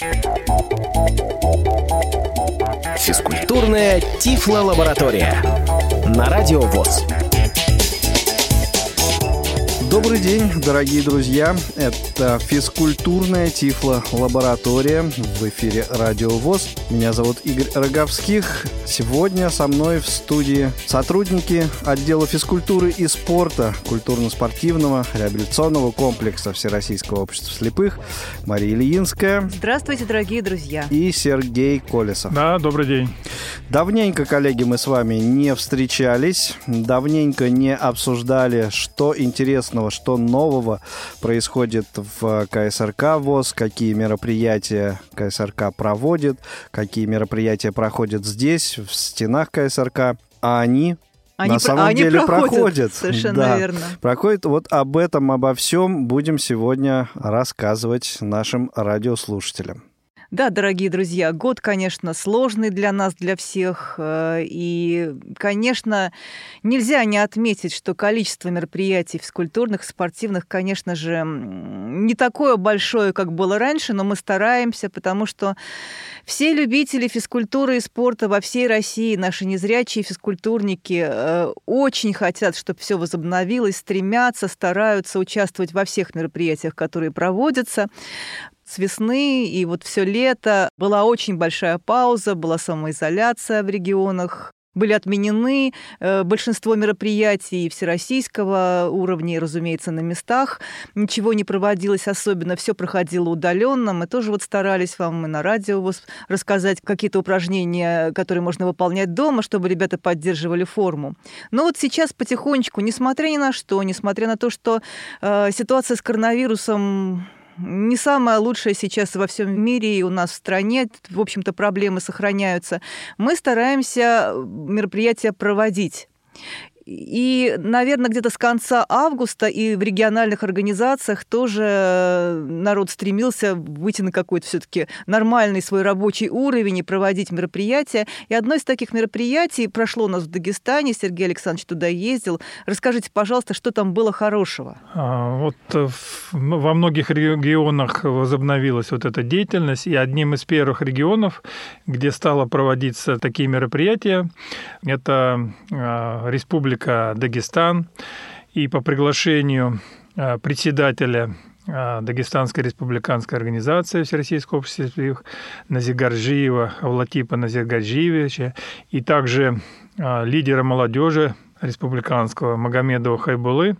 Физкультурная Тифло-лаборатория на Радио ВОС. Добрый день, дорогие друзья. Это физкультурная Тифло-лаборатория в эфире Радио ВОС. Меня зовут Игорь Роговских. Сегодня со мной в студии сотрудники отдела физкультуры и спорта культурно-спортивного реабилитационного комплекса Всероссийского общества слепых Мария Ильинская. Здравствуйте, дорогие друзья. И Сергей Колесов. Да, добрый день. Давненько, коллеги, мы с вами не встречались, давненько не обсуждали, что интересного, что нового происходит в КСРК ВОС, какие мероприятия КСРК проводит, какие мероприятия проходят здесь, в стенах КСРК, а они на самом деле проходят. Совершенно верно. Проходят. Вот об этом, обо всем будем сегодня рассказывать нашим радиослушателям. Да, дорогие друзья, год, конечно, сложный для нас, для всех. И, конечно, нельзя не отметить, что количество мероприятий физкультурных, спортивных, конечно же, не такое большое, как было раньше, но мы стараемся, потому что все любители физкультуры и спорта во всей России, наши незрячие физкультурники, очень хотят, чтобы все возобновилось, стремятся, стараются участвовать во всех мероприятиях, которые проводятся. С весны и вот все лето была очень большая пауза, была самоизоляция в регионах. Были отменены большинство мероприятий всероссийского уровня, и, разумеется, на местах. Ничего не проводилось особенно, все проходило удаленно. Мы тоже вот старались вам и на радио рассказать какие-то упражнения, которые можно выполнять дома, чтобы ребята поддерживали форму. Но вот сейчас потихонечку, несмотря ни на что, несмотря на то, что ситуация с коронавирусом не самая лучшая сейчас во всем мире, и у нас в стране, в общем-то, проблемы сохраняются. Мы стараемся мероприятия проводить. И, наверное, где-то с конца августа и в региональных организациях тоже народ стремился выйти на какой-то все-таки нормальный свой рабочий уровень и проводить мероприятия. И одно из таких мероприятий прошло у нас в Дагестане. Сергей Александрович туда ездил. Расскажите, пожалуйста, что там было хорошего? Вот во многих регионах возобновилась вот эта деятельность. И одним из первых регионов, где стало проводиться такие мероприятия, это Республика Дагестан, и по приглашению председателя Дагестанской республиканской организации Всероссийского общества слепых Назигарджиева Авлатипа Назигарджиевича и также лидера молодежи республиканского Магомедова Хайбулы,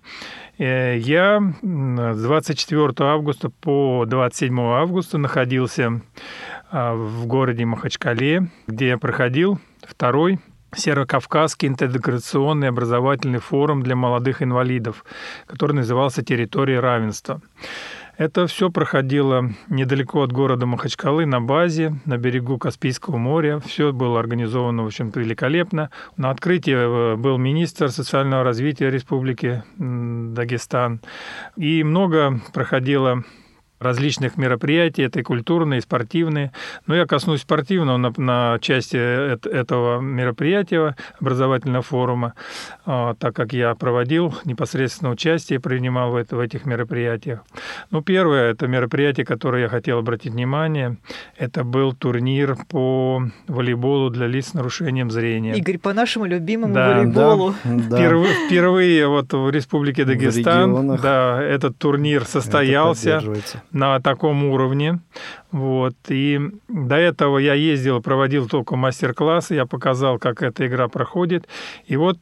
я с 24 августа по 27 августа находился в городе Махачкале, где проходил второй Северокавказский интеграционный образовательный форум для молодых инвалидов, который назывался «Территория равенства». Это все проходило недалеко от города Махачкалы, на базе, на берегу Каспийского моря. Все было организовано, в общем-то, великолепно. На открытии был министр социального развития Республики Дагестан. И много проходило различных мероприятий, это и культурные, и спортивные. Но я коснусь спортивного на части этого мероприятия, образовательного форума, так как я проводил непосредственно участие, принимал в этих мероприятиях. Ну, первое, это мероприятие, которое я хотел обратить внимание, это был турнир по волейболу для лиц с нарушением зрения. Игорь, по нашему любимому волейболу. Да. Впервые вот в Республике Дагестан этот турнир состоялся на таком уровне. Вот. И до этого я ездил, проводил только мастер-классы, я показал, как эта игра проходит. И вот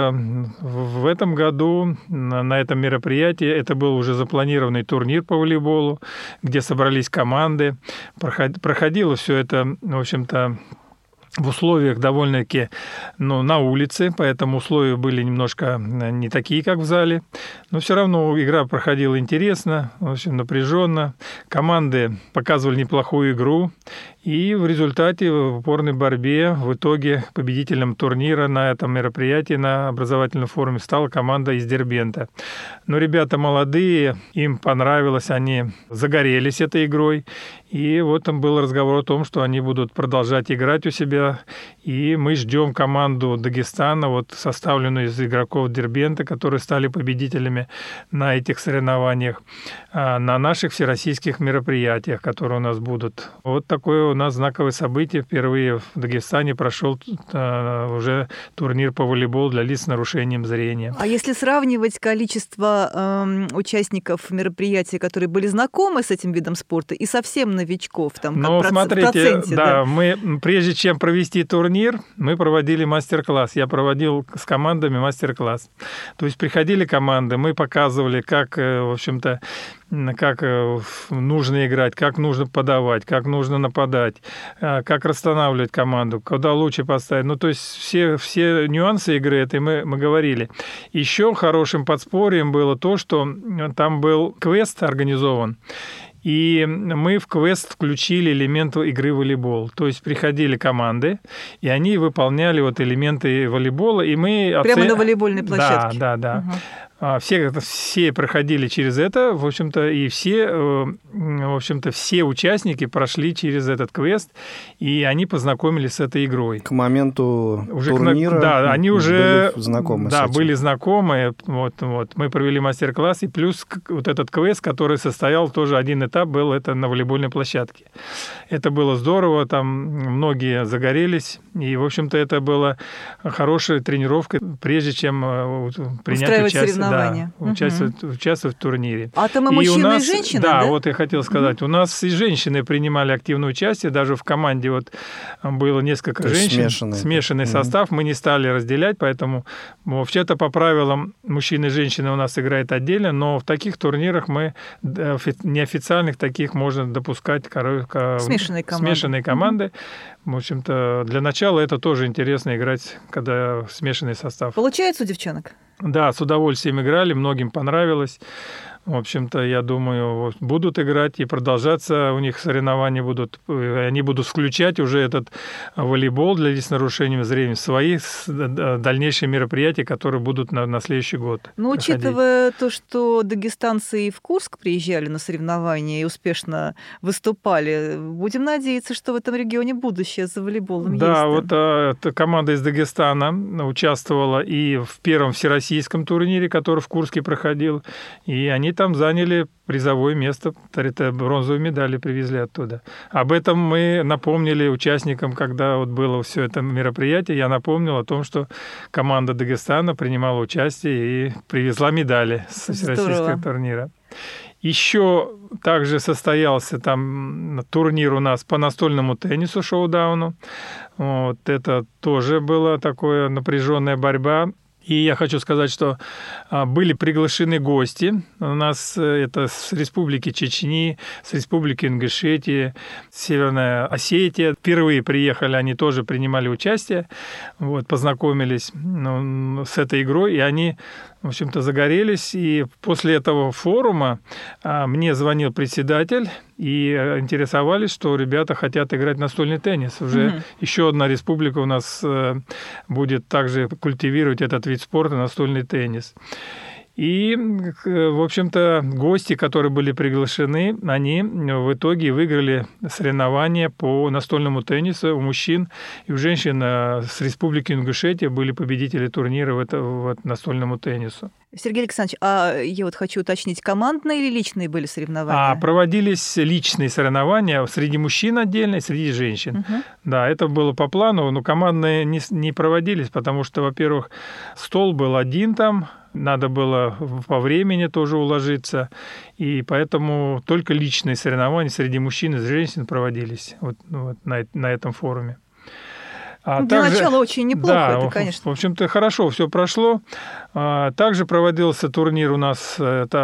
в этом году на этом мероприятии, это был уже запланированный турнир по волейболу, где собрались команды. Проходило все это, в общем-то, в условиях довольно-таки на улице, поэтому условия были немножко не такие, как в зале. Но все равно игра проходила интересно, в общем, напряженно. Команды показывали неплохую игру. И в результате в упорной борьбе в итоге победителем турнира на этом мероприятии, на образовательном форуме, стала команда из Дербента. Но ребята молодые, им понравилось, они загорелись этой игрой. И вот там был разговор о том, что они будут продолжать играть у себя. И мы ждем команду Дагестана, вот, составленную из игроков Дербента, которые стали победителями на этих соревнованиях, на наших всероссийских мероприятиях, которые у нас будут. Вот такое у нас знаковое событие. Впервые в Дагестане прошел уже турнир по волейболу для лиц с нарушением зрения. А если сравнивать количество участников мероприятий, которые были знакомы с этим видом спорта, и совсем новичков, там, как смотрите, проценте, да, мы, прежде чем провести турнир, мы проводили мастер-класс. Я проводил с командами мастер-класс. То есть приходили команды, мы показывали, как, в общем-то, как нужно играть, как нужно подавать, как нужно нападать, как расстанавливать команду, куда лучше поставить. Ну, то есть все нюансы игры этой мы говорили. Еще хорошим подспорьем было то, что там был квест организован, и мы в квест включили элементы игры в волейбол. То есть приходили команды, и они выполняли вот элементы волейбола, и мы... Прямо на волейбольной площадке. Да. Угу. Все проходили через это, в общем-то, и все участники прошли через этот квест, и они познакомились с этой игрой. К моменту турнира они уже были знакомы. Да, были знакомы. Вот. Мы провели мастер-класс, и плюс вот этот квест, который состоял, тоже один этап был, это на волейбольной площадке. Это было здорово, там многие загорелись, и, в общем-то, это была хорошая тренировка, прежде чем принять участие. Да, участвовать в турнире. А там и мужчины, и женщины, да? Да, вот я хотел сказать. У нас и женщины принимали активное участие. Даже в команде вот было несколько женщин. Смешанный состав. Мы не стали разделять, поэтому вообще-то по правилам мужчины и женщины у нас играют отдельно, но в таких турнирах мы неофициальных таких можно допускать смешанные команды. В общем-то, для начала это тоже интересно играть, когда смешанный состав. Получается у девчонок? Да, с удовольствием играли, многим понравилось. В общем-то, я думаю, будут играть и продолжаться у них соревнования будут. Они будут включать уже этот волейбол для лиц с нарушением зрения в свои дальнейшие мероприятия, которые будут на следующий год. Но учитывая то, что дагестанцы и в Курск приезжали на соревнования и успешно выступали, будем надеяться, что в этом регионе будущее за волейболом есть. Да, вот команда из Дагестана участвовала и в первом всероссийском турнире, который в Курске проходил, и они там заняли призовое место, бронзовые медали привезли оттуда. Об этом мы напомнили участникам, когда вот было все это мероприятие. Я напомнил о том, что команда Дагестана принимала участие и привезла медали с всероссийского турнира. Еще также состоялся там турнир у нас по настольному теннису, шоу-дауну. Вот это тоже была такая напряженная борьба. И я хочу сказать, что были приглашены гости. У нас это с Республики Чечни, с Республики Ингушетия, Северная Осетия. Впервые приехали, они тоже принимали участие, вот, познакомились с этой игрой, и они, в общем-то, загорелись. И после этого форума мне звонил председатель, и интересовались, что ребята хотят играть в настольный теннис. Уже еще одна республика у нас будет также культивировать этот вид спорта, настольный теннис. И, в общем-то, гости, которые были приглашены, они в итоге выиграли соревнования по настольному теннису у мужчин и у женщин с Республики Ингушетия были победители турнира в настольному теннису. Сергей Александрович, а я вот хочу уточнить, командные или личные были соревнования? Проводились личные соревнования среди мужчин отдельно и среди женщин. Да, это было по плану, но командные не проводились, потому что, во-первых, стол был один там, надо было по времени тоже уложиться, и поэтому только личные соревнования среди мужчин и женщин проводились вот на этом форуме. Для начала очень неплохо, да, это, конечно. В общем-то, хорошо все прошло. Также проводился турнир у нас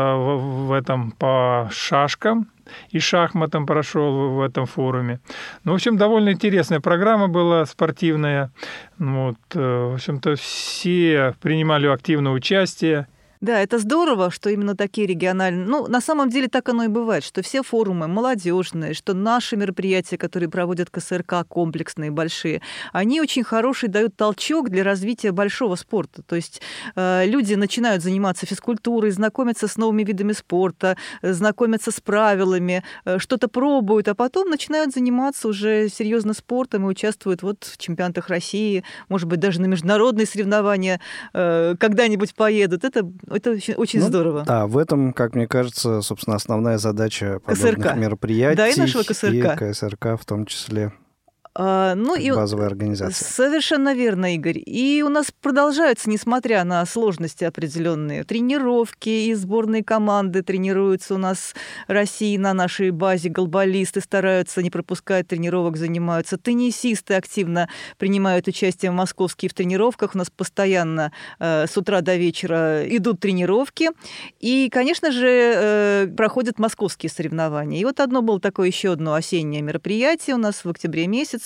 по шашкам и шахматам прошел в этом форуме. В общем, довольно интересная программа была спортивная. В общем-то, все принимали активное участие. Да, это здорово, что именно такие региональные... Ну, на самом деле так оно и бывает, что все форумы молодежные, что наши мероприятия, которые проводят КСРК, комплексные, большие, они очень хороший дают толчок для развития большого спорта. То есть люди начинают заниматься физкультурой, знакомятся с новыми видами спорта, знакомятся с правилами, что-то пробуют, а потом начинают заниматься уже серьезно спортом и участвуют вот в чемпионатах России, может быть, даже на международные соревнования когда-нибудь поедут. Это очень здорово. Да, в этом, как мне кажется, собственно, основная задача подобных мероприятий. Да, и нашего КСРК. И КСРК в том числе. Базовая организация. Совершенно верно, Игорь. И у нас продолжаются, несмотря на сложности определенные, тренировки, и сборные команды тренируются у нас в России на нашей базе, голболисты стараются не пропускать тренировок, занимаются, теннисисты активно принимают участие в московских тренировках, у нас постоянно с утра до вечера идут тренировки, и, конечно же, проходят московские соревнования. И вот еще одно осеннее мероприятие у нас в октябре месяце,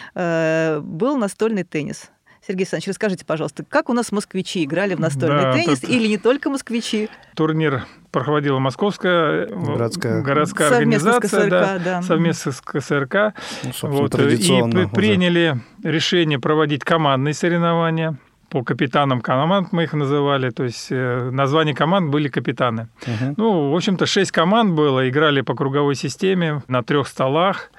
был настольный теннис. Сергей Александрович, расскажите, пожалуйста, как у нас москвичи играли в настольный теннис, или не только москвичи? Турнир проводила Московская городская организация совместно с КСРК. И приняли решение проводить командные соревнования. По капитанам команд мы их называли, то есть названия команд были капитаны. В общем-то, 6 команд было, играли по круговой системе на 3 столах.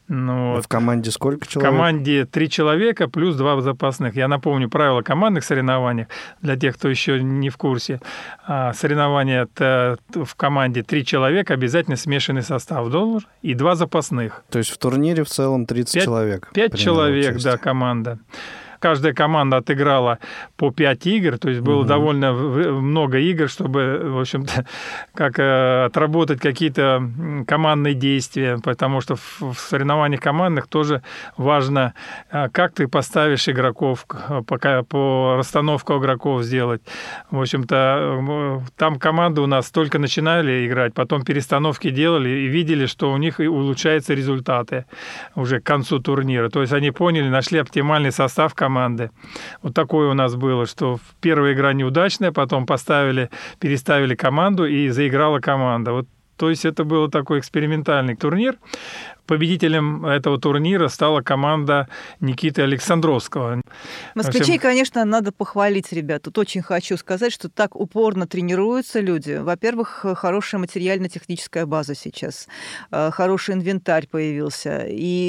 В команде сколько человек? В команде 3 человека плюс 2 запасных. Я напомню правила командных соревнований для тех, кто еще не в курсе. Соревнования в команде 3 человека, обязательно смешанный состав должен, и 2 запасных. То есть в турнире в целом 30 человек? 5 человек, участие. Да, команда. Каждая команда отыграла по 5 игр, то есть было довольно много игр, чтобы, в общем-то, отработать какие-то командные действия, потому что в соревнованиях командных тоже важно, как ты поставишь игроков, по расстановку игроков сделать. В общем-то, там команды у нас только начинали играть, потом перестановки делали и видели, что у них улучшаются результаты уже к концу турнира. То есть они поняли, нашли оптимальный состав команды. Вот такое у нас было, что первая игра неудачная, потом переставили команду, и заиграла команда. То есть это был такой экспериментальный турнир. Победителем этого турнира стала команда Никиты Александровского. Москвичей, конечно, надо похвалить, ребят. Тут очень хочу сказать, что так упорно тренируются люди. Во-первых, хорошая материально-техническая база сейчас. Хороший инвентарь появился.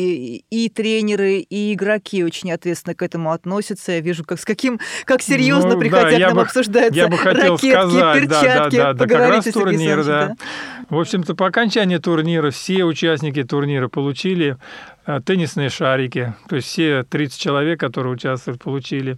И тренеры, и игроки очень ответственно к этому относятся. Я вижу, как серьезно приходя к нам обсуждаются я бы хотел ракетки, сказать, перчатки. Как раз турнир, да. В общем-то, по окончании турнира все участники турнира получили теннисные шарики. То есть все 30 человек, которые участвовали, получили.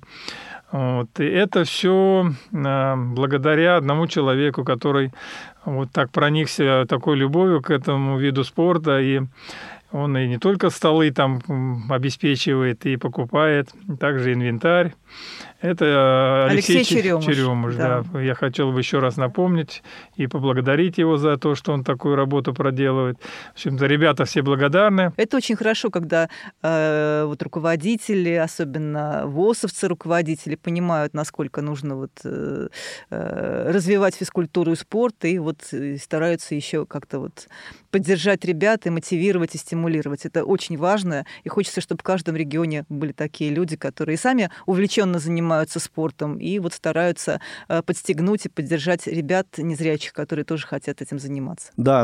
И это все благодаря одному человеку, который так проникся такой любовью к этому виду спорта. И он и не только столы там обеспечивает и покупает, также инвентарь. Это Алексей Черемуш. Да. Я хотел бы еще раз напомнить и поблагодарить его за то, что он такую работу проделывает. В общем-то, ребята все благодарны. Это очень хорошо, когда руководители, особенно ВОСовцы руководители, понимают, насколько нужно развивать физкультуру и спорт, и стараются еще как-то поддержать ребят и мотивировать и стимулировать. Это очень важно, и хочется, чтобы в каждом регионе были такие люди, которые сами увлеченно занимаются спортом и стараются подстегнуть и поддержать ребят незрячих, которые тоже хотят этим заниматься. Да,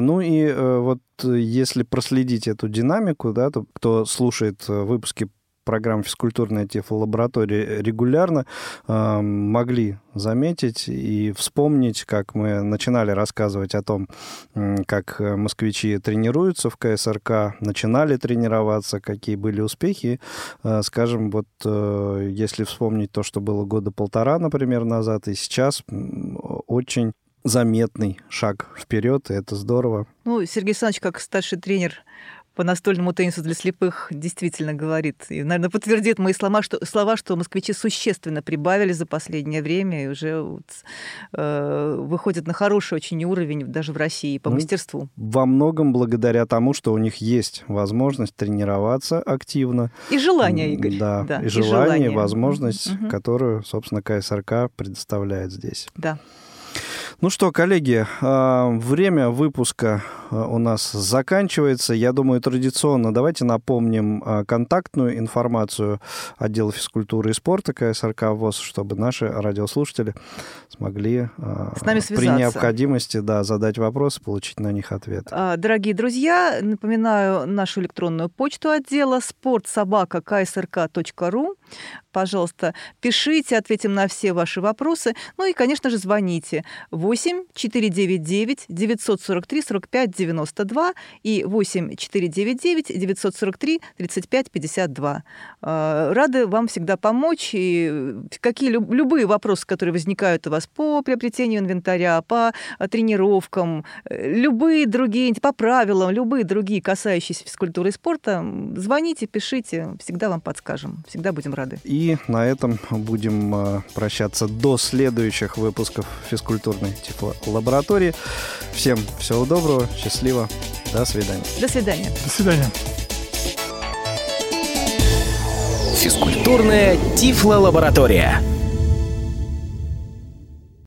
если проследить эту динамику, да, то кто слушает выпуски программ «Физкультурная тифлолаборатория» регулярно, могли заметить и вспомнить, как мы начинали рассказывать о том, как москвичи тренируются в КСРК, начинали тренироваться, какие были успехи. Скажем, если вспомнить то, что было 1.5 года, например, назад, и сейчас очень заметный шаг вперед, и это здорово. Сергей Александрович, как старший тренер по настольному теннису для слепых, действительно говорит, и, наверное, подтвердит мои слова, что москвичи существенно прибавили за последнее время и уже выходят на хороший очень уровень даже в России по мастерству. Во многом благодаря тому, что у них есть возможность тренироваться активно. И желание, Игорь. Да, и желание, возможность, которую, собственно, КСРК предоставляет здесь. Да. Ну что, коллеги, время выпуска у нас заканчивается. Я думаю, традиционно давайте напомним контактную информацию отдела физкультуры и спорта КСРК ВОС, чтобы наши радиослушатели смогли с нами связаться. При необходимости задать вопросы, получить на них ответ. Дорогие друзья, напоминаю нашу электронную почту отдела sport@ksrk.ru. Пожалуйста, пишите, ответим на все ваши вопросы. Ну и, конечно же, звоните 8 499 943 45 92 и 8 499 943 35 52. Рады вам всегда помочь. И любые вопросы, которые возникают у вас по приобретению инвентаря, по тренировкам, любые другие, по правилам, любые другие, касающиеся физкультуры и спорта, звоните, пишите, всегда вам подскажем. Всегда будем рады. И на этом будем прощаться до следующих выпусков физкультурной тифлолаборатории. Всем всего доброго, счастливо, до свидания. До свидания. До свидания. Физкультурная тифлолаборатория.